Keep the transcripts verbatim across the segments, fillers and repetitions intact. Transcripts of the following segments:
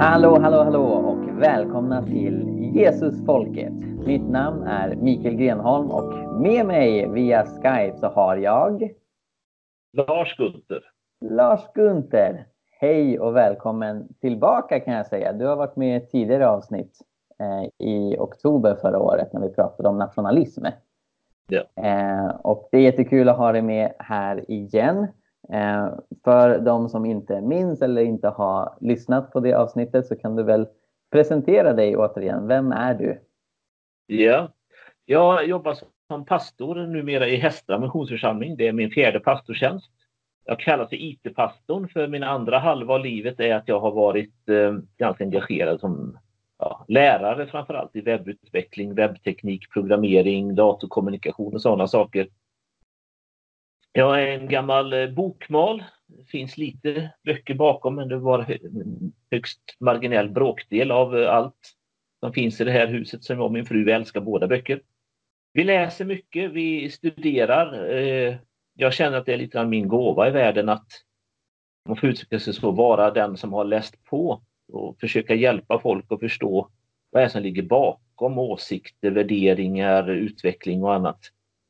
Hallå, hallå, hallå och välkomna till Jesusfolket. Mitt namn är Mikael Grenholm och med mig via Skype så har jag Lars Gunther. Lars Gunther. Hej och välkommen tillbaka kan jag säga. Du har varit med i ett tidigare avsnitt eh, i oktober förra året när vi pratade om nationalism. Ja. Eh, och det är jättekul att ha dig med här igen. Eh, för de som inte minns eller inte har lyssnat på det avsnittet så kan du väl presentera dig återigen. Vem är du? Ja, jag jobbar som pastor numera i Hästra missionsförsamling. Det är min fjärde pastortjänst. Jag kallas för I T-pastorn för min andra halva av livet är att jag har varit eh, ganska engagerad som ja, lärare framförallt i webbutveckling, webbteknik, programmering, datorkommunikation och sådana saker. Jag är en gammal bokmal. Det finns lite böcker bakom men det var högst marginell bråkdel av allt som finns i det här huset som jag och min fru älskar båda böcker. Vi läser mycket, vi studerar. Jag känner att det är lite av min gåva i världen att man får uttrycka sig så, vara den som har läst på och försöka hjälpa folk att förstå vad det är som ligger bakom åsikter, värderingar, utveckling och annat.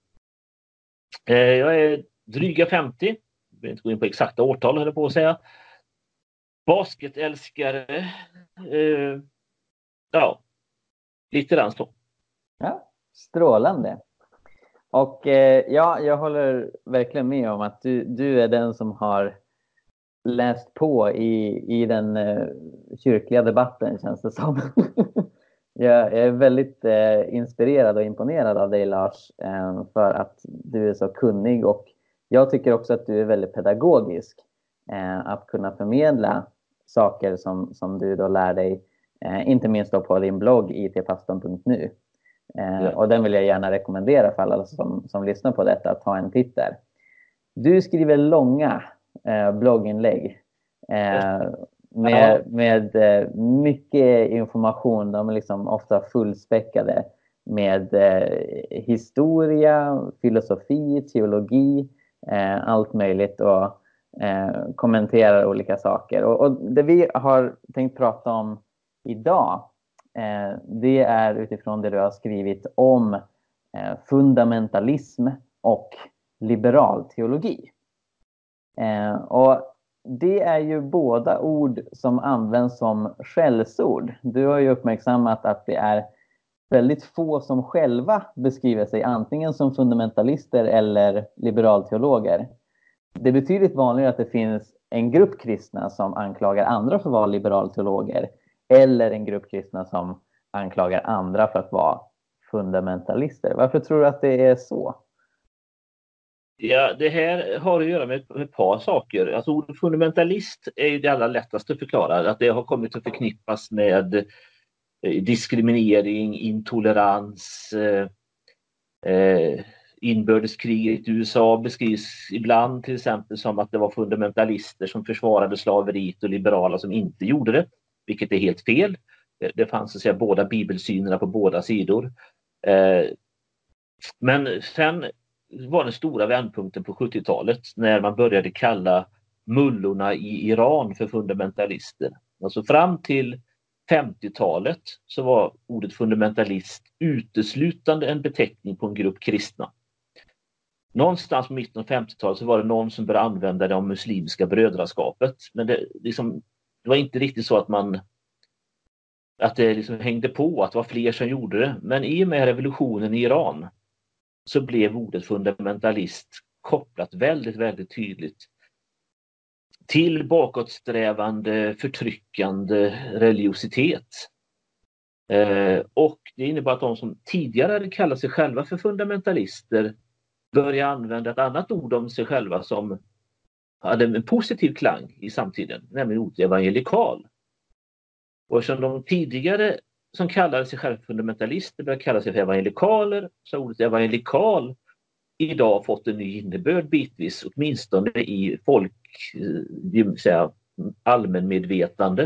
Jag är dryga femtio, jag vill inte gå in på exakta årtal eller på att säga. Basketälskare, eh, ja, lite grann så. Ja, strålande. Och eh, ja, jag håller verkligen med om att du, du är den som har läst på i, i den eh, kyrkliga debatten känns det som. Jag är väldigt eh, inspirerad och imponerad av dig Lars eh, för att du är så kunnig och jag tycker också att du är väldigt pedagogisk eh, att kunna förmedla saker som, som du då lär dig eh, inte minst då på din blogg i t pastorn punkt nu eh, Ja. Och den vill jag gärna rekommendera för alla som, som lyssnar på detta att ta en titt där. Du skriver långa eh, blogginlägg eh, Med, ja. med mycket information. De är liksom ofta fullspäckade med eh, historia, filosofi, teologi, eh, allt möjligt och eh, kommenterar olika saker. Och, och det vi har tänkt prata om idag eh, det är utifrån det du har skrivit om eh, fundamentalism och liberal teologi. Eh, och det är ju båda ord som används som skällsord. Du har ju uppmärksammat att det är väldigt få som själva beskriver sig antingen som fundamentalister eller liberalteologer. Det är betydligt vanligare att det finns en grupp kristna som anklagar andra för att vara liberalteologer eller en grupp kristna som anklagar andra för att vara fundamentalister. Varför tror du att det är så? Ja, det här har att göra med ett par saker. Alltså ordet fundamentalist är ju det allra lättaste att förklara. Att det har kommit att förknippas med diskriminering, intolerans, eh, inbördeskriget i U S A beskrivs ibland till exempel som att det var fundamentalister som försvarade slaveriet och liberala som inte gjorde det. Vilket är helt fel. Det fanns så att säga båda bibelsynerna på båda sidor. Eh, men sen var den stora vändpunkten på sjuttiotalet när man började kalla mullorna i Iran för fundamentalister. Alltså fram till femtiotalet så var ordet fundamentalist uteslutande en beteckning på en grupp kristna. Någonstans på mitten av femtiotalet så var det någon som började använda det om muslimska brödraskapet. Men det, liksom, det var inte riktigt så att man att det liksom hängde på, att det var fler som gjorde det. Men i och med revolutionen i Iran så blev ordet fundamentalist kopplat väldigt, väldigt tydligt till bakåtsträvande, förtryckande religiositet. Eh, och det innebar att de som tidigare hade kallat sig själva för fundamentalister började använda ett annat ord om sig själva som hade en positiv klang i samtiden, nämligen ordet evangelikal. Och eftersom de tidigare som kallade sig själva fundamentalister började kalla sig för evangelikaler, så ordet evangelikal idag fått en ny innebörd bitvis, åtminstone i folk, vill säga, allmänmedvetande.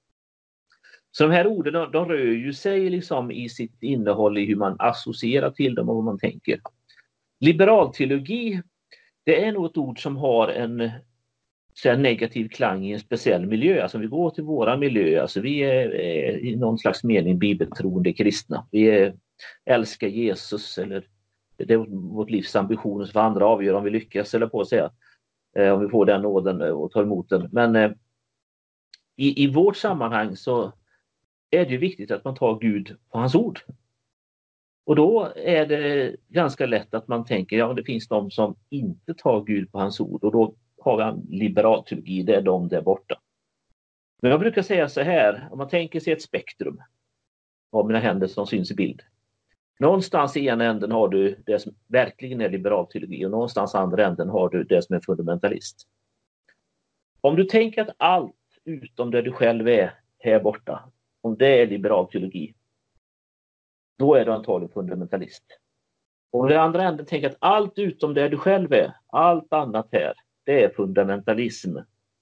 Så de här orden de, de rör ju sig liksom i sitt innehåll i hur man associerar till dem och vad man tänker. Liberalteologi, det är nog ett ord som har en så här, negativ klang i en speciell miljö. Alltså vi går till våra miljö, alltså vi är, är i någon slags mening bibeltroende kristna. Vi är, älskar Jesus, eller det är vårt livs ambition, så för andra avgör om vi lyckas, eller på att säga, eh, om vi får den nåden och tar emot den. Men eh, i, i vårt sammanhang så är det ju viktigt att man tar Gud på hans ord. Och då är det ganska lätt att man tänker, ja, det finns de som inte tar Gud på hans ord, och då har vi en liberal teologi, det är de där borta. Men jag brukar säga så här, om man tänker sig ett spektrum av mina händer som syns i bild. Någonstans i ena änden har du det som verkligen är liberal teologi, och någonstans i andra änden har du det som är fundamentalist. Om du tänker att allt utom där du själv är här borta, om det är liberal teologi, då är du antagligen fundamentalist. Och i andra änden tänker att allt utom där du själv är, allt annat här, det är fundamentalism.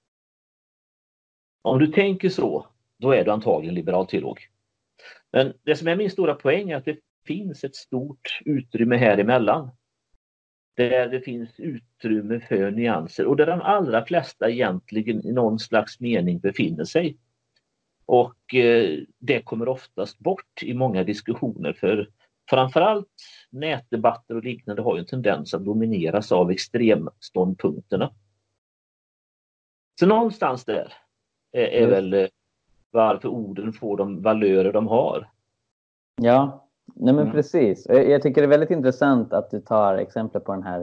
Om du tänker så, då är du antagligen liberal teolog. Men det som är min stora poäng är att det finns ett stort utrymme här emellan. Där det finns utrymme för nyanser, och där de allra flesta egentligen i någon slags mening befinner sig. Och eh, det kommer oftast bort i många diskussioner, för framförallt nätdebatter och liknande har ju en tendens att domineras av extremståndpunkterna. Så någonstans där är, är mm. väl eh, varför orden får de valörer de har. Ja, nej men mm. precis. Jag, jag tycker det är väldigt intressant att du tar exempel på den här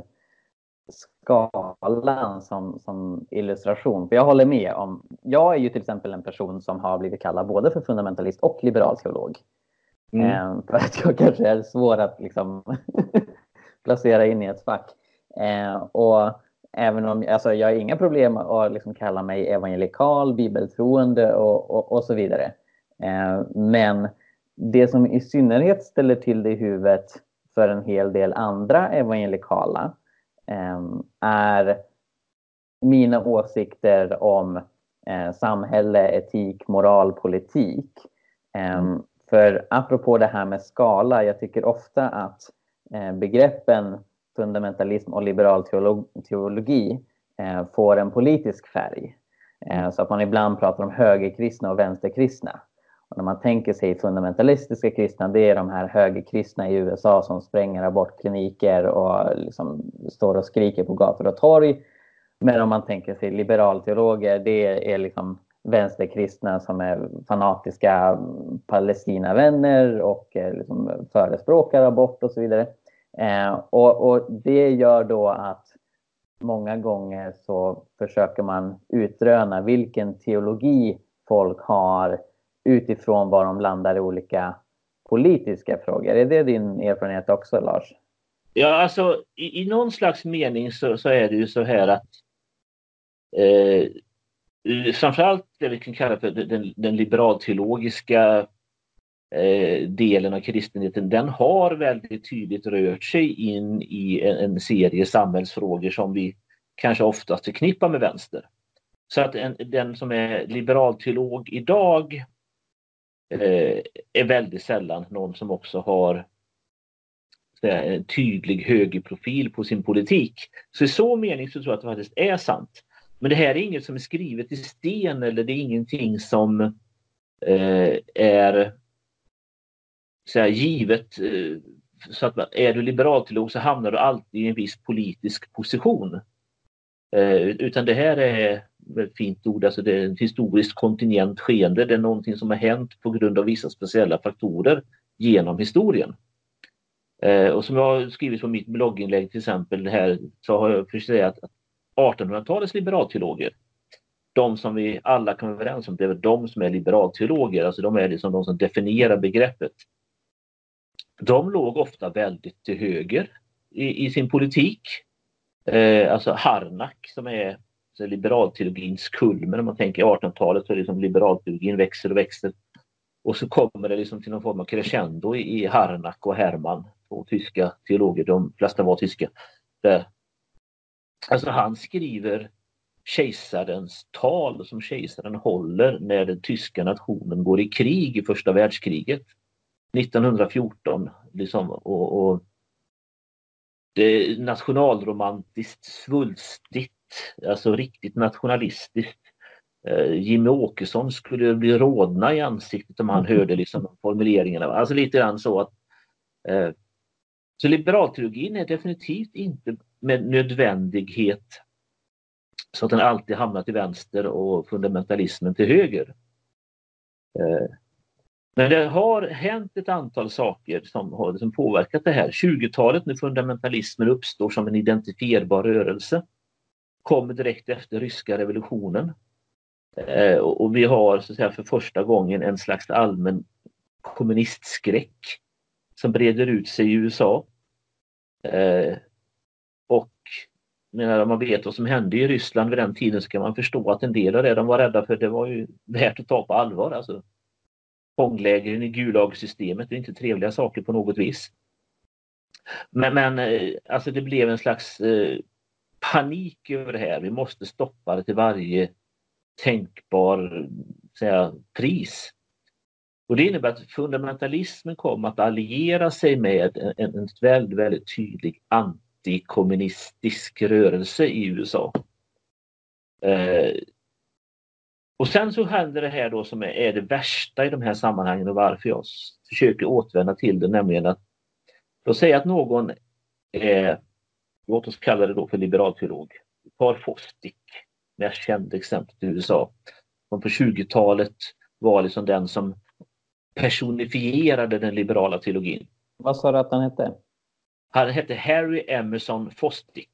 skalan som, som illustration. För jag håller med om, jag är ju till exempel en person som har blivit kallad både för fundamentalist och liberal teolog. Mm. Eh, för att jag kanske är svår att liksom placera in i ett fack. Eh, och även om, alltså jag har inga problem att liksom kalla mig evangelikal, bibeltroende och, och, och så vidare. Eh, men det som i synnerhet ställer till det i huvudet för en hel del andra evangelikala är mina åsikter om eh, samhälle, etik, moral, politik. Mm. För apropå det här med skala, jag tycker ofta att eh, begreppen fundamentalism och liberal teolog teologi eh, får en politisk färg. Eh, så att man ibland pratar om högerkristna och vänsterkristna. Och när man tänker sig fundamentalistiska kristna, det är de här högerkristna i U S A som spränger abortkliniker och liksom står och skriker på gator och torg. Men om man tänker sig liberalteologer, det är liksom vänsterkristna som är fanatiska Palestinavänner och liksom förespråkar abort och så vidare. Eh, och, och det gör då att många gånger så försöker man utröna vilken teologi folk har utifrån var de landar i olika politiska frågor. Är det din erfarenhet också, Lars? Ja, alltså i, i någon slags mening så, så är det ju så här att eh, framförallt det vi kan kalla för den, den liberalteologiska eh, delen av kristenheten, den har väldigt tydligt rört sig in i en, en serie samhällsfrågor som vi kanske oftast förknippar med vänster. Så att en, den som är liberalteolog idag eh, är väldigt sällan någon som också har en tydlig högerprofil på sin politik. Så i så mening så tror jag att det faktiskt är sant. Men det här är inget som är skrivet i sten, eller det är ingenting som eh, är så här, givet. Eh, så att är du liberalteolog så hamnar du alltid i en viss politisk position. Eh, utan det här är ett fint ord, alltså det är ett historiskt kontingent skeende. Det är någonting som har hänt på grund av vissa speciella faktorer genom historien. Eh, och som jag har skrivit på mitt blogginlägg till exempel här, så har jag försökt säga att artonhundratalets liberalteologer, de som vi alla kan vara överens om, det är de som är liberalteologer, alltså de är liksom de som definierar begreppet. De låg ofta väldigt till höger i, i sin politik. Eh, alltså Harnack som är så liberalteologins kulmen, om man tänker artonhundratalet så är det liksom liberalteologin växer och växer. Och så kommer det liksom till någon form av crescendo i, i Harnack och Hermann, två tyska teologer, de flesta var tyska. Där. Alltså han skriver kejsarens tal som kejsaren håller när den tyska nationen går i krig i första världskriget nittonhundrafjorton. Liksom, och, och det är nationalromantiskt, svulstigt, alltså riktigt nationalistiskt. Uh, Jimmy Åkesson skulle bli rodna i ansiktet om han hörde liksom formuleringarna. Alltså lite grann så att uh, så liberalteologin är definitivt inte med nödvändighet så att den alltid hamnar till vänster och fundamentalismen till höger. Uh, men det har hänt ett antal saker som har som påverkat det här. tjugotalet när fundamentalismen uppstår som en identifierbar rörelse kommer direkt efter ryska revolutionen. Eh, och vi har så att säga, för första gången en slags allmän kommunistskräck som breder ut sig i U S A. Eh, och när man vet vad som hände i Ryssland vid den tiden så kan man förstå att en del av det de var rädda för det var ju värt att ta på allvar. Alltså, fånglägren i Gulag-systemet är inte trevliga saker på något vis. Men, men alltså det blev en slags eh, panik över det här. Vi måste stoppa det till varje tänkbar säga, pris. Och det innebär att fundamentalismen kom att alliera sig med en, en väldigt, väldigt tydlig antikommunistisk rörelse i U S A. Eh, och sen så händer det här då som är, är det värsta i de här sammanhangen och varför jag försöker återvända till det, nämligen att då säga att någon är, låt oss kalla det då för liberalteolog, Paul Fosdick, mest känd exempel i U S A, som på tjugotalet var liksom den som personifierade den liberala teologin. Vad sa du att han hette? Han hette Harry Emerson Fosdick.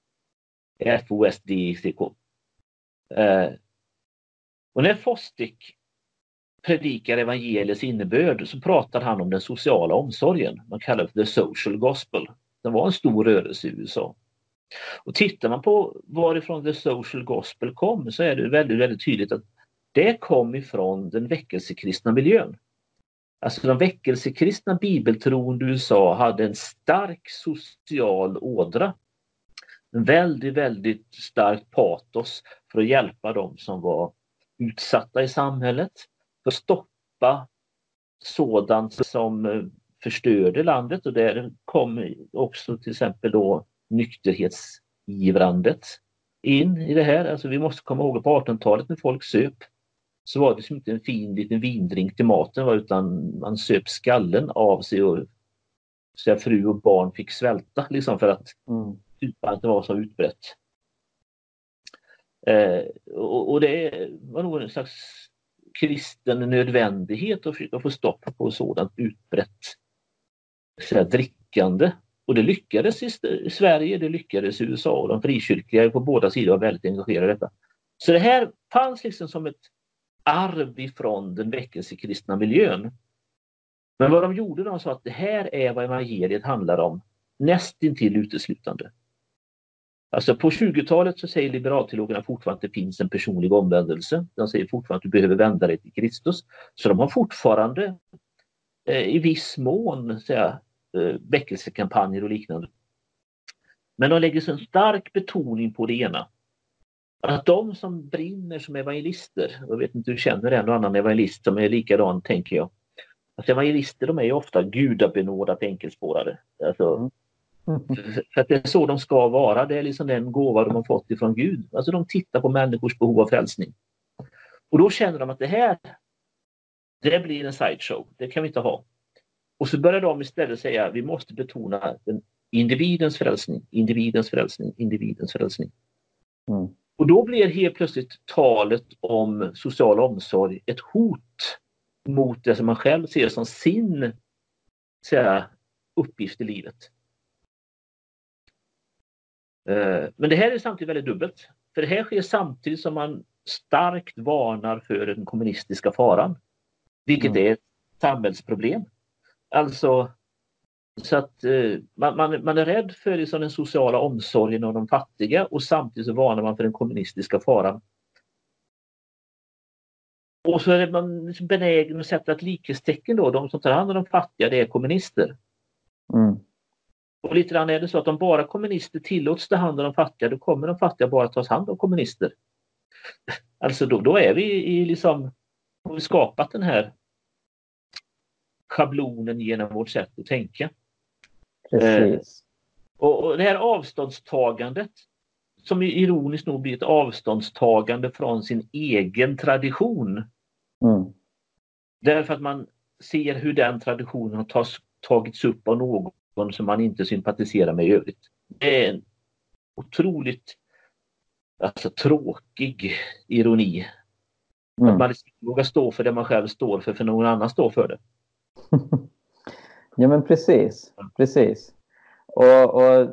F O S D I C K. Eh, och när Fosdick predikar evangeliets innebörd så pratar han om den sociala omsorgen. Man kallar det för the social gospel. Det var en stor rörelse i U S A. Och tittar man på varifrån the social gospel kom så är det väldigt, väldigt tydligt att det kom ifrån den väckelsekristna miljön. Alltså de väckelsekristna bibeltroende i U S A hade en stark social ådra. En väldigt, väldigt stark patos för att hjälpa dem som var utsatta i samhället. För att stoppa sådant som förstörde landet, och där kom också till exempel då nykterhetsgivrandet in i det här. Alltså vi måste komma ihåg på artonhundratalet när folk söp så var det som inte en fin liten vindrink till maten utan man söp skallen av sig och så fru och barn fick svälta liksom för att mm. inte var så utbrett. Eh, och, och det var nog en slags kristen nödvändighet att försöka få stopp på sådant utbrett så här, drickande. Och det lyckades i Sverige, det lyckades i U S A och de frikyrkliga på båda sidor var väldigt engagerade i detta. Så det här fanns liksom som ett arv ifrån den väckelsekristna miljön. Men vad de gjorde, de sa att det här är vad evangeliet handlar om nästintill uteslutande. Alltså på tjugotalet så säger liberalteologerna fortfarande att det finns en personlig omvändelse. De säger fortfarande att du behöver vända dig till Kristus. Så de har fortfarande eh, i viss mån säga, eh, väckelsekampanjer och liknande. Men de lägger så en stark betoning på det ena. Att de som brinner som evangelister, jag vet inte hur du känner en och annan evangelist som är likadan, tänker jag. Att evangelister, de är ju ofta gudabenådat enkelspårade. Alltså, mm. För att det är så de ska vara. Det är liksom den gåva de har fått ifrån Gud. Alltså de tittar på människors behov av frälsning. Och då känner de att det här, det blir en sideshow. Det kan vi inte ha. Och så börjar de istället säga att vi måste betona den individens frälsning, individens frälsning, individens frälsning. Mm. Och då blir helt plötsligt talet om social omsorg ett hot mot det som man själv ser som sin säga, uppgift i livet. Men det här är samtidigt väldigt dubbelt. För det här sker samtidigt som man starkt varnar för den kommunistiska faran. Vilket mm. är ett samhällsproblem. Alltså så att eh, man, man, man är rädd för liksom, den sociala omsorgen om de fattiga och samtidigt så varnar man för den kommunistiska faran. Och så är man liksom benägen att sätta ett likhetstecken då. De som tar hand om de fattiga, det är kommunister. Mm. Och lite grann är det så att om bara kommunister tillåts ta hand om de fattiga, då kommer de fattiga bara tas hand om kommunister. Alltså då, då är vi i liksom, har vi skapat den här schablonen genom vårt sätt att tänka. Precis. Eh, och, och det här avståndstagandet som ironiskt nog blir ett avståndstagande från sin egen tradition. Mm. Därför att man ser hur den traditionen har tas, tagits upp av någon som man inte sympatiserar med i övrigt. Det är en otroligt alltså, tråkig ironi. Mm. Att man inte vågar stå för det man själv står för, för någon annan står för det. Ja, men precis. Precis. Och, och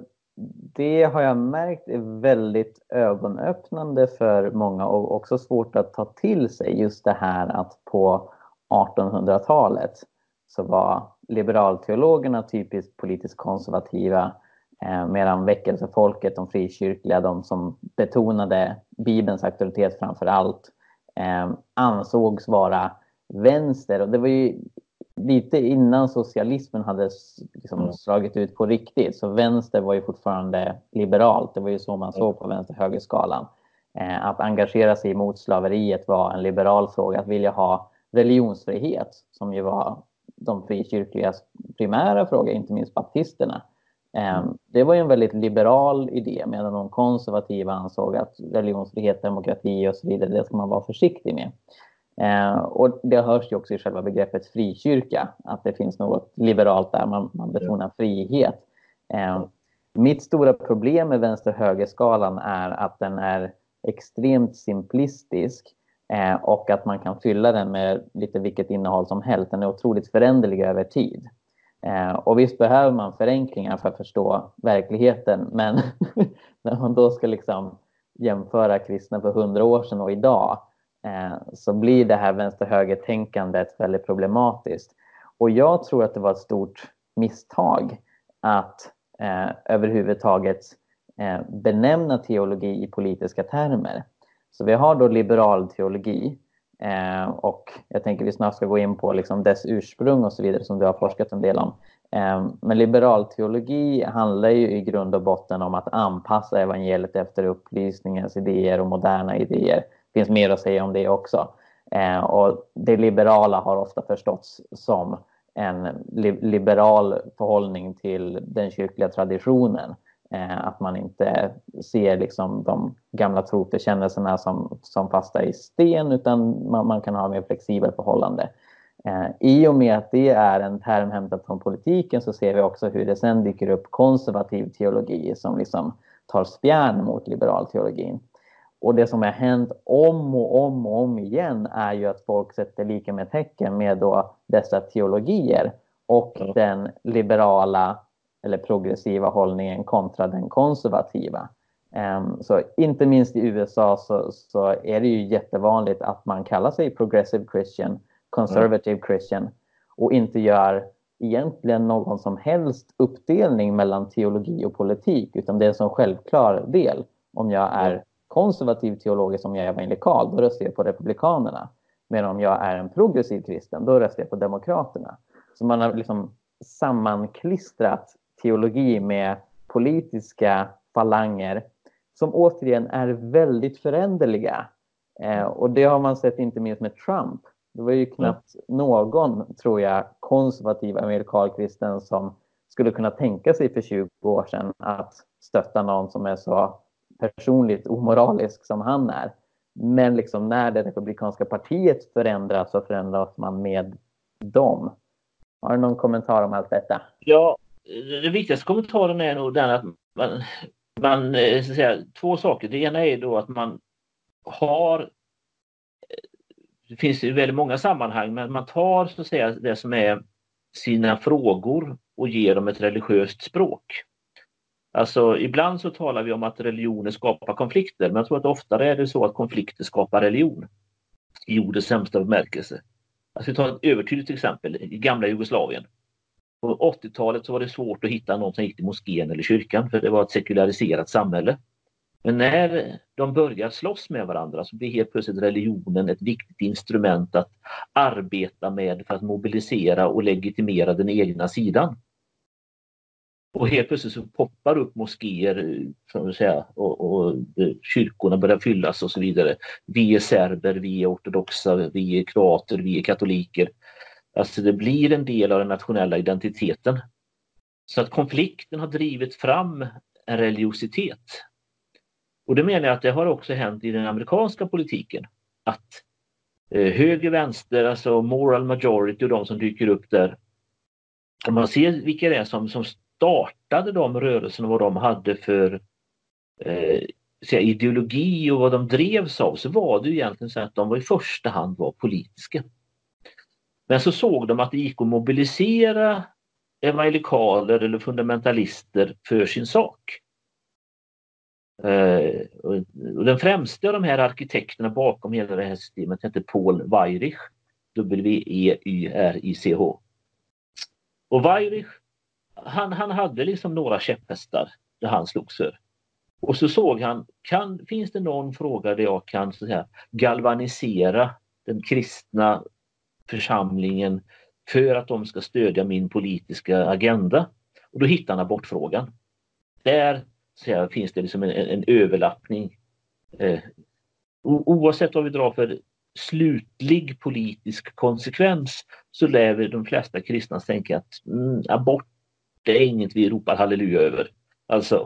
det har jag märkt är väldigt ögonöppnande för många och också svårt att ta till sig, just det här att på artonhundratalet så var liberalteologerna typiskt politiskt konservativa, eh, medan väckelsefolket, de frikyrkliga, de som betonade Bibelns auktoritet framför allt, eh, ansågs vara vänster. Och det var ju lite innan socialismen hade liksom slagit ut på riktigt, så vänster var ju fortfarande liberalt. Det var ju så man såg på vänster-högerskalan. Eh, att engagera sig mot slaveriet var en liberal fråga. Att vilja ha religionsfrihet, som ju var de frikyrkligas primära fråga, inte minst baptisterna. Eh, det var ju en väldigt liberal idé, medan de konservativa ansåg att religionsfrihet, demokrati och så vidare, det ska man vara försiktig med. Eh, och det hörs ju också i själva begreppet frikyrka, att det finns något liberalt där, man, man betonar frihet. Eh, mitt stora problem med vänster-högerskalan är att den är extremt simplistisk, eh, och att man kan fylla den med lite vilket innehåll som helst. Den är otroligt föränderlig över tid. Eh, och visst behöver man förenklingar för att förstå verkligheten, men när man då ska liksom jämföra kristna för hundra år sedan och idag, Eh, så blir det här vänster-höger-tänkandet väldigt problematiskt. Och jag tror att det var ett stort misstag att eh, överhuvudtaget eh, benämna teologi i politiska termer. Så vi har då liberal teologi, eh, och jag tänker vi snart ska gå in på liksom dess ursprung och så vidare, som du har forskat en del om. Eh, men liberal teologi handlar ju i grund och botten om att anpassa evangeliet efter upplysningens idéer och moderna idéer. Det finns mer att säga om det också. Eh, och det liberala har ofta förståtts som en li- liberal förhållning till den kyrkliga traditionen. Eh, att man inte ser liksom de gamla trosbekännelserna som, som fasta i sten, utan man, man kan ha mer flexibelt förhållande. Eh, I och med att det är en term hämtad från politiken, så ser vi också hur det sen dyker upp konservativ teologi som liksom tar spjärn mot liberal teologin. Och det som har hänt om och om och om igen är ju att folk sätter lika med tecken med då dessa teologier och ja. den liberala eller progressiva hållningen kontra den konservativa. Um, så inte minst i U S A så, så är det ju jättevanligt att man kallar sig progressive Christian, conservative ja. Christian, och inte gör egentligen någon som helst uppdelning mellan teologi och politik, utan det är en sån självklar del. Om jag är ja. konservativ teolog som jag är evangelikal, då röstar jag på republikanerna. Men om jag är en progressiv kristen, då röstar jag på demokraterna. Så man har liksom sammanklistrat teologi med politiska falanger som återigen är väldigt föränderliga. Eh, och det har man sett inte minst med Trump. Det var ju knappt någon, tror jag, konservativ amerikankristen som skulle kunna tänka sig för tjugo år sedan att stötta någon som är så personligt omoralisk som han är. Men liksom när det republikanska partiet förändras, så förändras man med dem. Har du någon kommentar om allt detta? Ja, den viktigaste kommentaren är nog den att man, man så att säga, två saker. Det ena är då att man har, det finns ju väldigt många sammanhang, men man tar så att säga det som är sina frågor och ger dem ett religiöst språk. Alltså ibland så talar vi om att religioner skapar konflikter, men jag tror att oftare är det så att konflikter skapar religion i ordets sämsta bemärkelse. Alltså vi tar ett övertydligt exempel i gamla Jugoslavien. På åttiotalet så var det svårt att hitta någon som gick till moskén eller kyrkan, för det var ett sekulariserat samhälle. Men när de börjar slåss med varandra så blir helt plötsligt religionen ett viktigt instrument att arbeta med för att mobilisera och legitimera den egna sidan. Och helt plötsligt så poppar upp moskéer, som vi säga, och, och kyrkorna börjar fyllas och så vidare. Vi är serber, vi är ortodoxa, vi är kroater, vi är katoliker. Alltså det blir en del av den nationella identiteten. Så att konflikten har drivit fram en religiositet. Och det menar jag att det har också hänt i den amerikanska politiken. Att eh, höger, vänster, alltså moral majority och de som dyker upp där. Om man ser vilka det är som, som startade de rörelserna och vad de hade för eh, säga, ideologi och vad de drevs av, så var det ju egentligen så att de var i första hand var politiska. Men så såg de att det gick att mobilisera evangelikaler eller fundamentalister för sin sak. Uh, och, och den främsta av de här arkitekterna bakom hela det här systemet hette Paul Weyrich, W E Y R I C H. Och Weyrich, han, han hade liksom några käpphästar där han slogs för. Och så såg han, kan, finns det någon fråga där jag kan så att säga, galvanisera den kristna församlingen för att de ska stödja min politiska agenda? Och då hittar han abortfrågan. Där så här, finns det liksom en, en överlappning. Eh, oavsett vad vi drar för slutlig politisk konsekvens, så lär de flesta kristna tänka att mm, abort, det är inget vi ropar halleluja över. Alltså.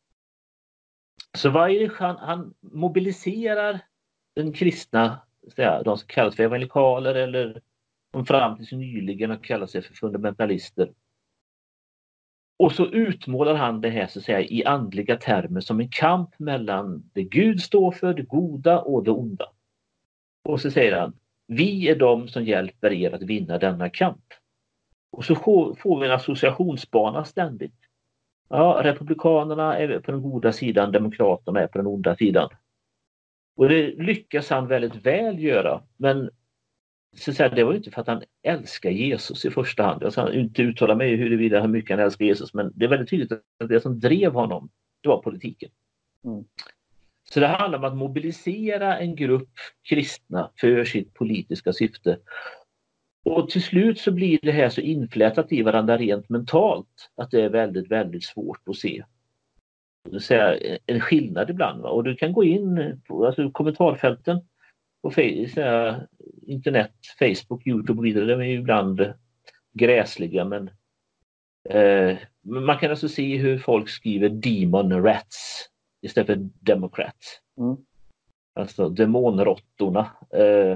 Så Weyrich, han, han mobiliserar den kristna, så här, de som kallas för evangelikaler eller de fram tills nyligen har kallat sig för fundamentalister. Och så utmålar han det här så att säga, i andliga termer som en kamp mellan det Gud står för, det goda och det onda. Och så säger han, vi är de som hjälper er att vinna denna kamp. Och så får vi en associationsbana ständigt. Ja, republikanerna är på den goda sidan, demokraterna är på den onda sidan. Och det lyckas han väldigt väl göra, men så säga, det var ju inte för att han älskar Jesus i första hand. Jag ska inte uttala mig huruvida hur mycket han älskar Jesus, men det är väldigt tydligt att det som drev honom, det var politiken. Mm. Så det handlar om att mobilisera en grupp kristna för sitt politiska syfte. Och till slut så blir det här så inflätat i varandra rent mentalt att det är väldigt, väldigt svårt att se. Det säga, en skillnad ibland. Va? Och du kan gå in på alltså, kommentarfälten på säga, internet, Facebook, YouTube och vidare. De är ju ibland gräsliga, men eh, man kan alltså se hur folk skriver demon rats istället för democrat. Mm. Alltså demonråttorna. Eh,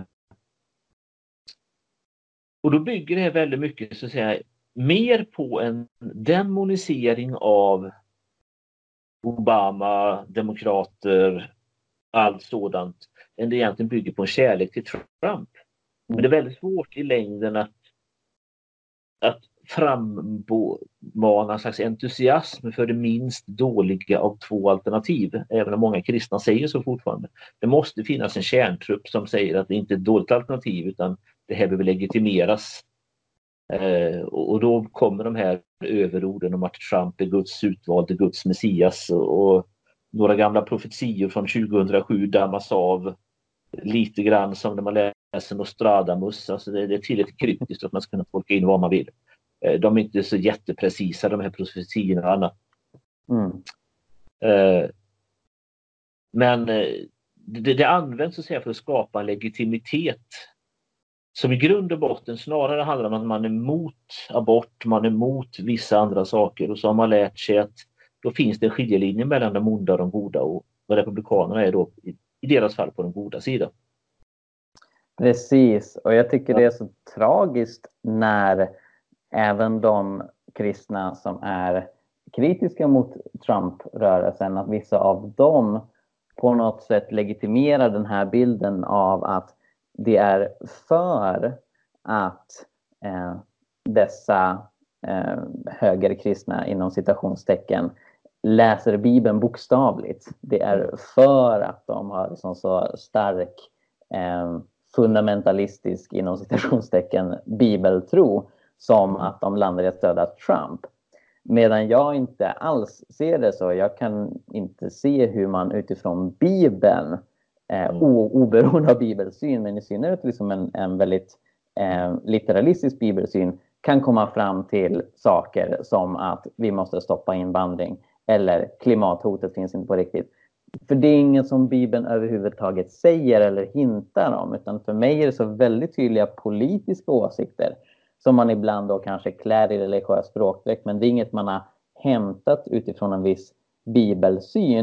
och då bygger det här väldigt mycket så att säga mer på en demonisering av Obama, demokrater, allt sådant, än det egentligen bygger på en kärlek till Trump. Men det är väldigt svårt i längden att, att frammana en slags entusiasm för det minst dåliga av två alternativ, även om många kristna säger så fortfarande. Det måste finnas en kärntrupp som säger att det inte är ett dåligt alternativ utan det här behöver legitimeras. Eh, och, och då kommer de här överorden om att Trump är Guds utvalde, Guds messias och, och några gamla profetior från tjugohundrasju dammas av lite grann som när man läser Nostradamus. Alltså det, det är tillräckligt kryptiskt att man ska kunna tolka in vad man vill. Eh, de är inte så jätteprecisa, de här profetiorna och annat. Mm. Eh, men eh, det, det används så att säga för att skapa en legitimitet som i grund och botten snarare handlar om att man är emot abort, man är emot vissa andra saker och så har man lärt sig att då finns det en skiljelinje mellan de onda och de goda och republikanerna är då i, i deras fall på den goda sidan. Precis, och jag tycker ja. det är så tragiskt när även de kristna som är kritiska mot Trump-rörelsen, att vissa av dem på något sätt legitimerar den här bilden av att det är för att eh, dessa eh, högerkristna inom citationstecken läser Bibeln bokstavligt. Det är för att de har så, så stark eh, fundamentalistisk inom citationstecken bibeltro som att de landar i att stödja Trump. Medan jag inte alls ser det så. Jag kan inte se hur man utifrån Bibeln Eh, oberoende av bibelsyn, men i synnerhet liksom en, en väldigt eh, litteralistisk bibelsyn kan komma fram till saker som att vi måste stoppa invandring eller klimathotet finns inte på riktigt. För det är inget som Bibeln överhuvudtaget säger eller hintar om, utan för mig är det så väldigt tydliga politiska åsikter som man ibland då kanske klär i religiös språkdräkt, men det är inget man har hämtat utifrån en viss bibelsyn.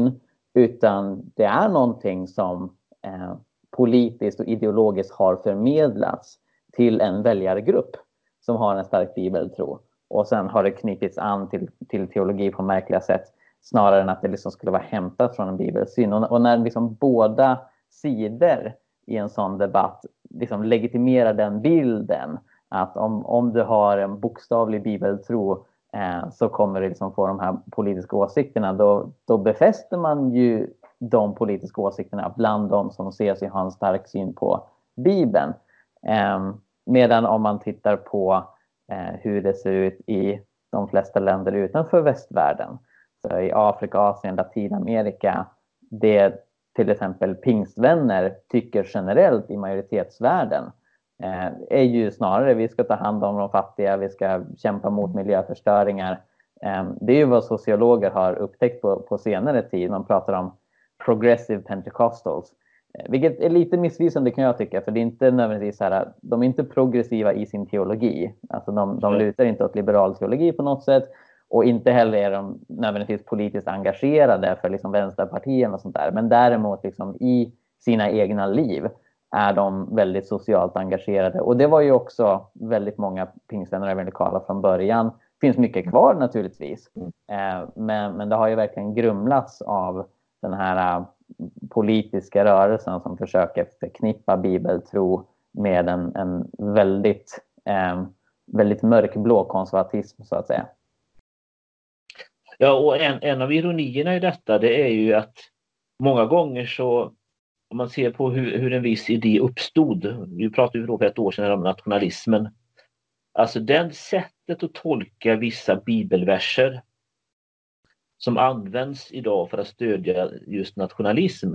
utan det är någonting som eh, politiskt och ideologiskt har förmedlats till en väljargrupp som har en stark bibeltro. Och sen har det knutits an till, till teologi på märkliga sätt, snarare än att det liksom skulle vara hämtat från en bibelsyn. Och, och när liksom båda sidor i en sån debatt liksom legitimerar den bilden, att om, om du har en bokstavlig bibeltro eh, så kommer du liksom få de här politiska åsikterna, då, då befäster man ju de politiska åsikterna bland de som ser sig ha en stark syn på Bibeln. Eh, medan om man tittar på eh, hur det ser ut i de flesta länder utanför västvärlden, så i Afrika, Asien, Latinamerika, det till exempel pingstvänner tycker generellt i majoritetsvärlden eh, är ju snarare vi ska ta hand om de fattiga, vi ska kämpa mot miljöförstöringar. Eh, det är ju vad sociologer har upptäckt på, på senare tid. Man pratar om progressive pentecostals, eh, vilket är lite missvisande kan jag tycka, för det är inte nödvändigtvis så här, de är inte progressiva i sin teologi. Alltså de, de lutar inte åt liberal teologi på något sätt. Och inte heller är de nödvändigtvis politiskt engagerade för liksom vänsterpartierna och sånt där. Men däremot liksom i sina egna liv är de väldigt socialt engagerade. Och det var ju också väldigt många pingstvänner och evangelikala från början. Det finns mycket kvar naturligtvis. Eh, men, men det har ju verkligen grumlats av den här uh, politiska rörelsen som försöker förknippa bibeltro med en, en väldigt, eh, väldigt mörkblå konservatism så att säga. Ja, och en, en av ironierna i detta, det är ju att många gånger så, om man ser på hur, hur en viss idé uppstod, vi pratade ju då för ett år sedan om nationalismen, alltså den sättet att tolka vissa bibelverser som används idag för att stödja just nationalism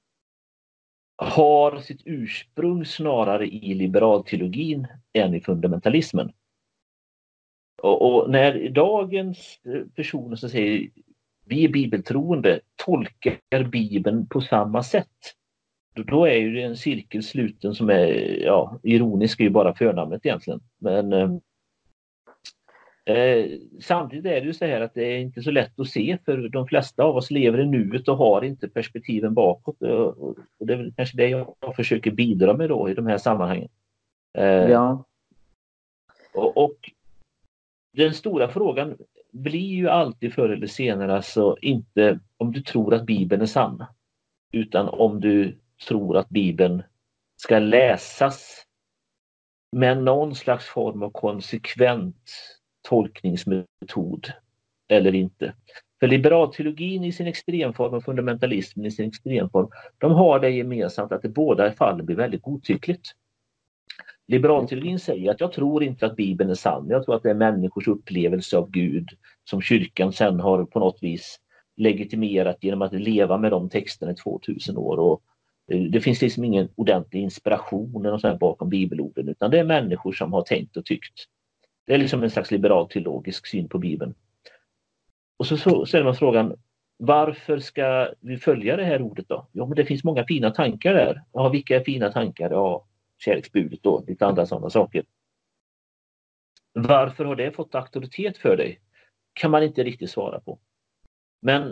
har sitt ursprung snarare i liberalteologin än i fundamentalismen. Och, och när dagens personer som säger vi är bibeltroende tolkar Bibeln på samma sätt, då, då är ju det en cirkel sluten som är, ja, ironisk är ju bara förnamnet egentligen. Men eh, samtidigt är det ju så här att det är inte så lätt att se, för de flesta av oss lever i nuet och har inte perspektiven bakåt. Och, och det är väl kanske det jag försöker bidra med då i de här sammanhangen. Eh, Ja. och, och den stora frågan blir ju alltid förr eller senare alltså inte om du tror att Bibeln är sann, utan om du tror att Bibeln ska läsas med någon slags form av konsekvent tolkningsmetod eller inte. För liberalteologin i sin extremform och fundamentalismen i sin extremform, de har det gemensamt att det båda fallen blir väldigt godtyckligt. Liberalteologin säger att jag tror inte att Bibeln är sann. Jag tror att det är människors upplevelse av Gud som kyrkan sen har på något vis legitimerat genom att leva med de texterna i tvåtusen år. Och det finns liksom ingen ordentlig inspiration eller så här bakom bibelorden, utan det är människor som har tänkt och tyckt. Det är liksom en slags liberal-teologisk syn på Bibeln. Och så, så ställer man frågan, varför ska vi följa det här ordet då? Ja, men det finns många fina tankar där. Ja, vilka är fina tankar? Ja, kärleksbudet och lite andra sådana saker. Varför har det fått auktoritet för dig? Kan man inte riktigt svara på. Men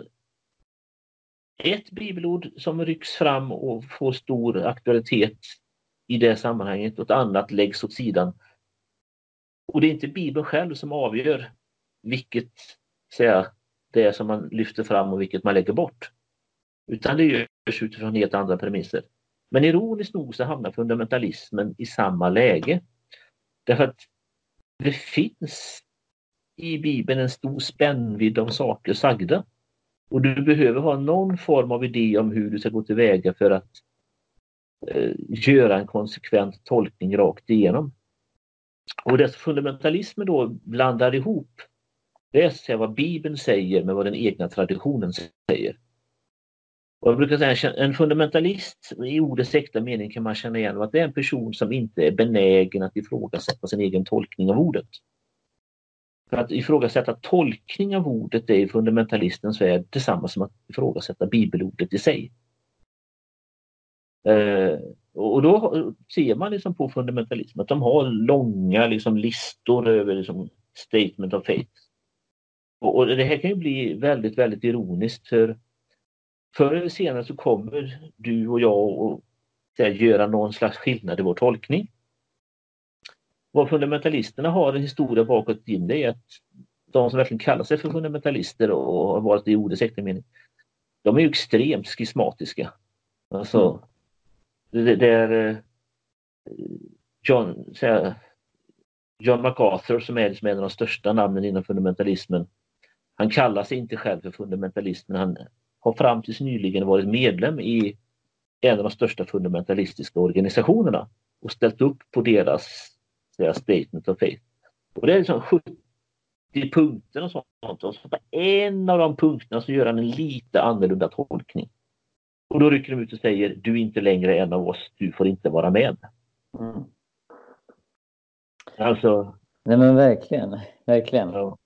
ett bibelord som rycks fram och får stor aktualitet i det sammanhanget och ett annat läggs åt sidan. Och det är inte Bibeln själv som avgör vilket säga, det är som man lyfter fram och vilket man lägger bort. Utan det görs utifrån helt andra premisser. Men ironiskt nog så hamnar fundamentalismen i samma läge. Därför att det finns i Bibeln en stor spännvidd av saker sagda. Och du behöver ha någon form av idé om hur du ska gå tillväga för att eh, göra en konsekvent tolkning rakt igenom. Och det fundamentalismen då blandar ihop, det är så vad Bibeln säger med vad den egna traditionen säger. Och jag brukar säga en fundamentalist i ordets äkta mening kan man känna igen att det är en person som inte är benägen att ifrågasätta sin egen tolkning av ordet. För att ifrågasätta tolkning av ordet är i fundamentalistens värld detsamma som att ifrågasätta bibelordet i sig. Eh, och då ser man liksom på fundamentalism att de har långa liksom listor över liksom statement of faith. Och, och det här kan ju bli väldigt, väldigt ironiskt för förr eller senare så kommer du och jag att säga, göra någon slags skillnad i vår tolkning. Vad fundamentalisterna har en historia bakåt in, det är att de som verkligen kallar sig för fundamentalister och har varit i ordets äkta mening, de är ju extremt schismatiska. Alltså, mm. det, det är eh, John, säga, John MacArthur som är, som är en av de största namnen inom fundamentalismen. Han kallar sig inte själv för fundamentalist, men han har fram tills nyligen varit medlem i en av de största fundamentalistiska organisationerna och ställt upp på deras säga, statement of faith. Och det är liksom sjuttio punkter och sånt. Och så en av de punkterna så gör han en lite annorlunda tolkning. Och då rycker de ut och säger, du är inte längre en av oss, du får inte vara med. Mm. Alltså... Nej men verkligen, verkligen. Ja.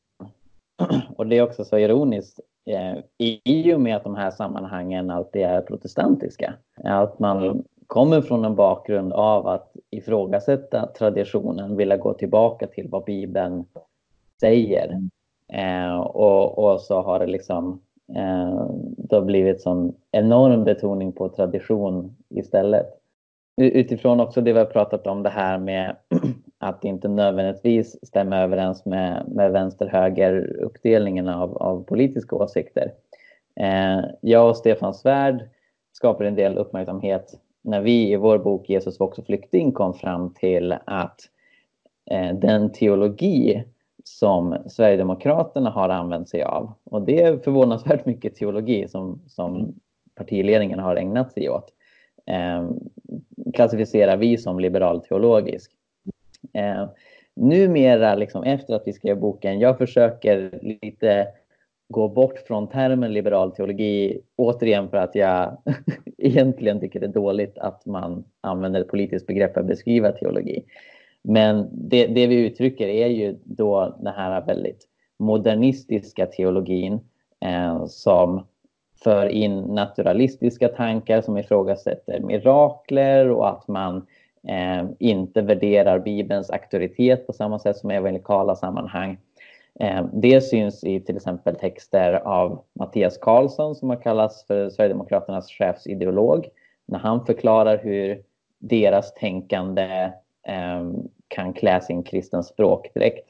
Och det är också så ironiskt eh, i och med att de här sammanhangen alltid är protestantiska. Att man ja. kommer från en bakgrund av att ifrågasätta traditionen, vilja gå tillbaka till vad Bibeln säger. Eh, och, och så har det liksom eh, det har blivit sån enorm betoning på tradition istället. Utifrån också det vi har pratat om, det här med att det inte nödvändigtvis stämmer överens med, med vänster-höger uppdelningen av, av politiska åsikter. Eh, jag och Stefan Svärd skapade en del uppmärksamhet när vi i vår bok Jesus var också flykting kom fram till att eh, den teologi som Sverigedemokraterna har använt sig av, och det är förvånansvärt mycket teologi som, som partiledningen har ägnat sig åt, eh, klassificerar vi som liberal-teologisk. Eh, numera, liksom, efter att vi skrev boken, jag försöker lite gå bort från termen liberal teologi, återigen för att jag egentligen tycker det är dåligt att man använder ett politiskt begrepp för att beskriva teologi. Men det, det vi uttrycker är ju då den här väldigt modernistiska teologin eh, som för in naturalistiska tankar som ifrågasätter mirakler och att man eh, inte värderar Bibelns auktoritet på samma sätt som i evangelikala sammanhang. Eh, det syns i till exempel texter av Mattias Karlsson som har kallats för Sverigedemokraternas chefsideolog, när han förklarar hur deras tänkande eh, kan klä sin kristen språkdräkt.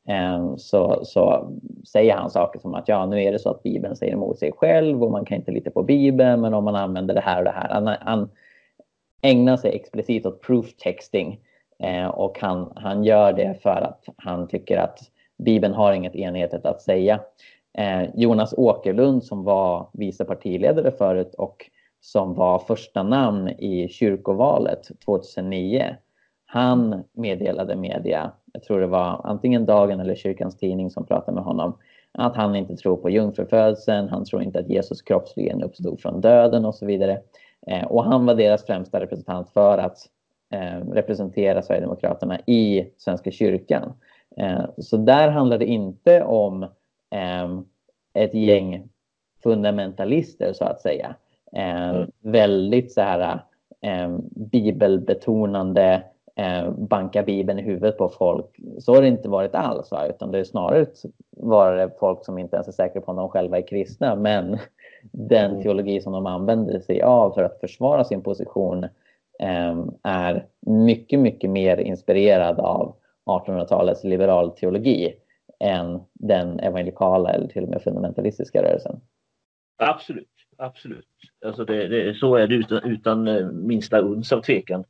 Så, så säger han saker som att ja, nu är det så att Bibeln säger emot sig själv och man kan inte lita på Bibeln, men om man använder det här och det här. Han, han ägnar sig explicit åt proof texting eh, och han, han gör det för att han tycker att Bibeln har inget enhetligt att säga. Eh, Jonas Åkerlund som var vice partiledare förut och som var första namn i kyrkovalet tjugohundranio. Han meddelade media, jag tror det var antingen Dagen eller Kyrkans Tidning som pratade med honom, att han inte tror på jungfrufödseln, han tror inte att Jesus kroppsligen uppstod från döden och så vidare. Eh, och han var deras främsta representant för att eh, representera Sverigedemokraterna i Svenska kyrkan. Eh, så där handlar det inte om eh, ett gäng fundamentalister så att säga. Eh, mm. Väldigt så här eh, bibelbetonande, eh, banka Bibeln i huvudet på folk. Så har det inte varit alls, va? Utan det är snarare varit folk som inte ens är säkra på om de själva är kristna, men den mm. teologi som de använder sig av för att försvara sin position eh, är mycket, mycket mer inspirerad av artonhundratalets liberal teologi än den evangelikala eller till och med fundamentalistiska rörelsen. Absolut, absolut. Alltså det, det, så är det utan, utan minsta uns av tvekan.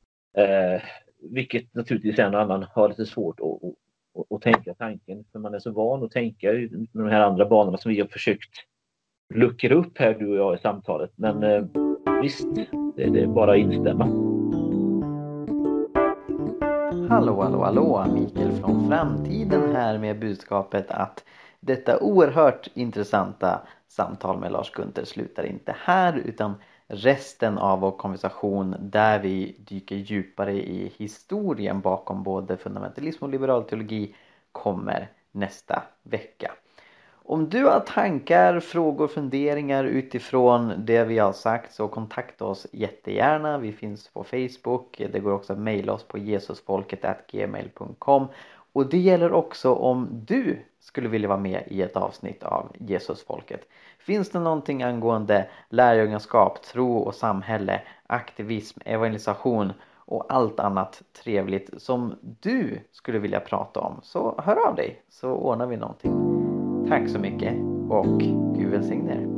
Eh, vilket naturligtvis en och annan har lite svårt att, att, att tänka tanken. För man är så van att tänka med de här andra banorna som vi har försökt luckra upp här, du och jag, i samtalet. Men eh, visst, det, det är bara att instämma. Hallå, hallå, hallå, Mikael från framtiden här med budskapet att detta oerhört intressanta samtal med Lars Gunther slutar inte här, utan resten av vår konversation där vi dyker djupare i historien bakom både fundamentalism och liberal teologi kommer nästa vecka. Om du har tankar, frågor, funderingar utifrån det vi har sagt, så kontakta oss jättegärna. Vi finns på Facebook. Det går också att mejla oss på jesusfolket at gmail punkt com. Och det gäller också om du skulle vilja vara med i ett avsnitt av Jesusfolket. Finns det någonting angående lärjungaskap, tro och samhälle, aktivism, evangelisation och allt annat trevligt som du skulle vilja prata om, så hör av dig så ordnar vi någonting. Tack så mycket och Gud välsigne er.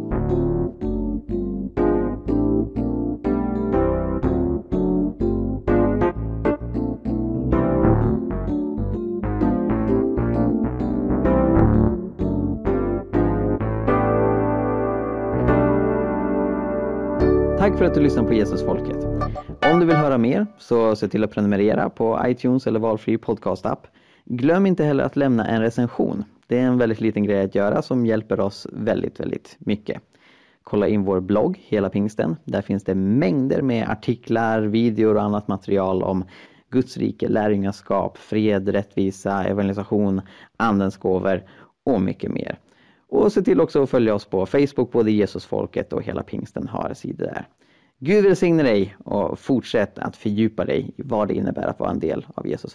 Tack för att du lyssnar på Jesusfolket. Om du vill höra mer så se till att prenumerera på iTunes eller valfri podcastapp. Glöm inte heller att lämna en recension. Det är en väldigt liten grej att göra som hjälper oss väldigt, väldigt mycket. Kolla in vår blogg, Hela Pingsten. Där finns det mängder med artiklar, videor och annat material om Guds rike, lärjungaskap, fred, rättvisa, evangelisation, andens gåvor och mycket mer. Och se till också att följa oss på Facebook, både Jesusfolket och Hela Pingsten har sidor där. Gud välsigne dig och fortsätt att fördjupa dig i vad det innebär att vara en del av Jesus.